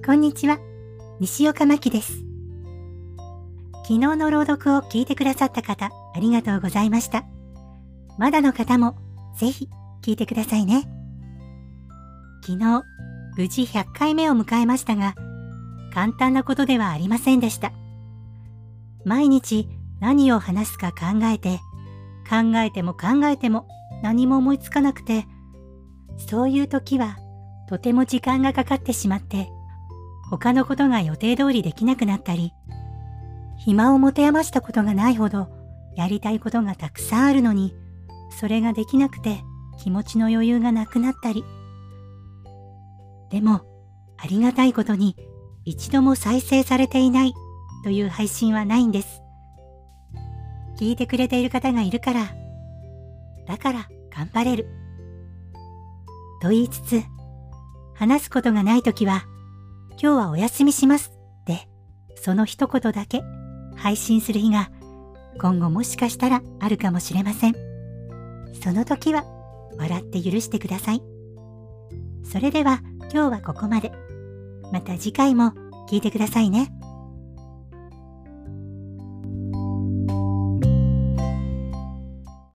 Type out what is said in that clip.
こんにちは、西岡真希です。昨日の朗読を聞いてくださった方、ありがとうございました。まだの方もぜひ聞いてくださいね。昨日、無事100回目を迎えましたが、簡単なことではありませんでした。毎日何を話すか考えても何も思いつかなくて、そういう時はとても時間がかかってしまって、他のことが予定通りできなくなったり、暇を持て余したことがないほどやりたいことがたくさんあるのに、それができなくて気持ちの余裕がなくなったり。でも、ありがたいことに一度も再生されていないという配信はないんです。聞いてくれている方がいるから、だから頑張れる。と言いつつ、話すことがないときは、今日はお休みしますってその一言だけ配信する日が今後もしかしたらあるかもしれません。その時は笑って許してください。それでは今日はここまで。また次回も聞いてくださいね。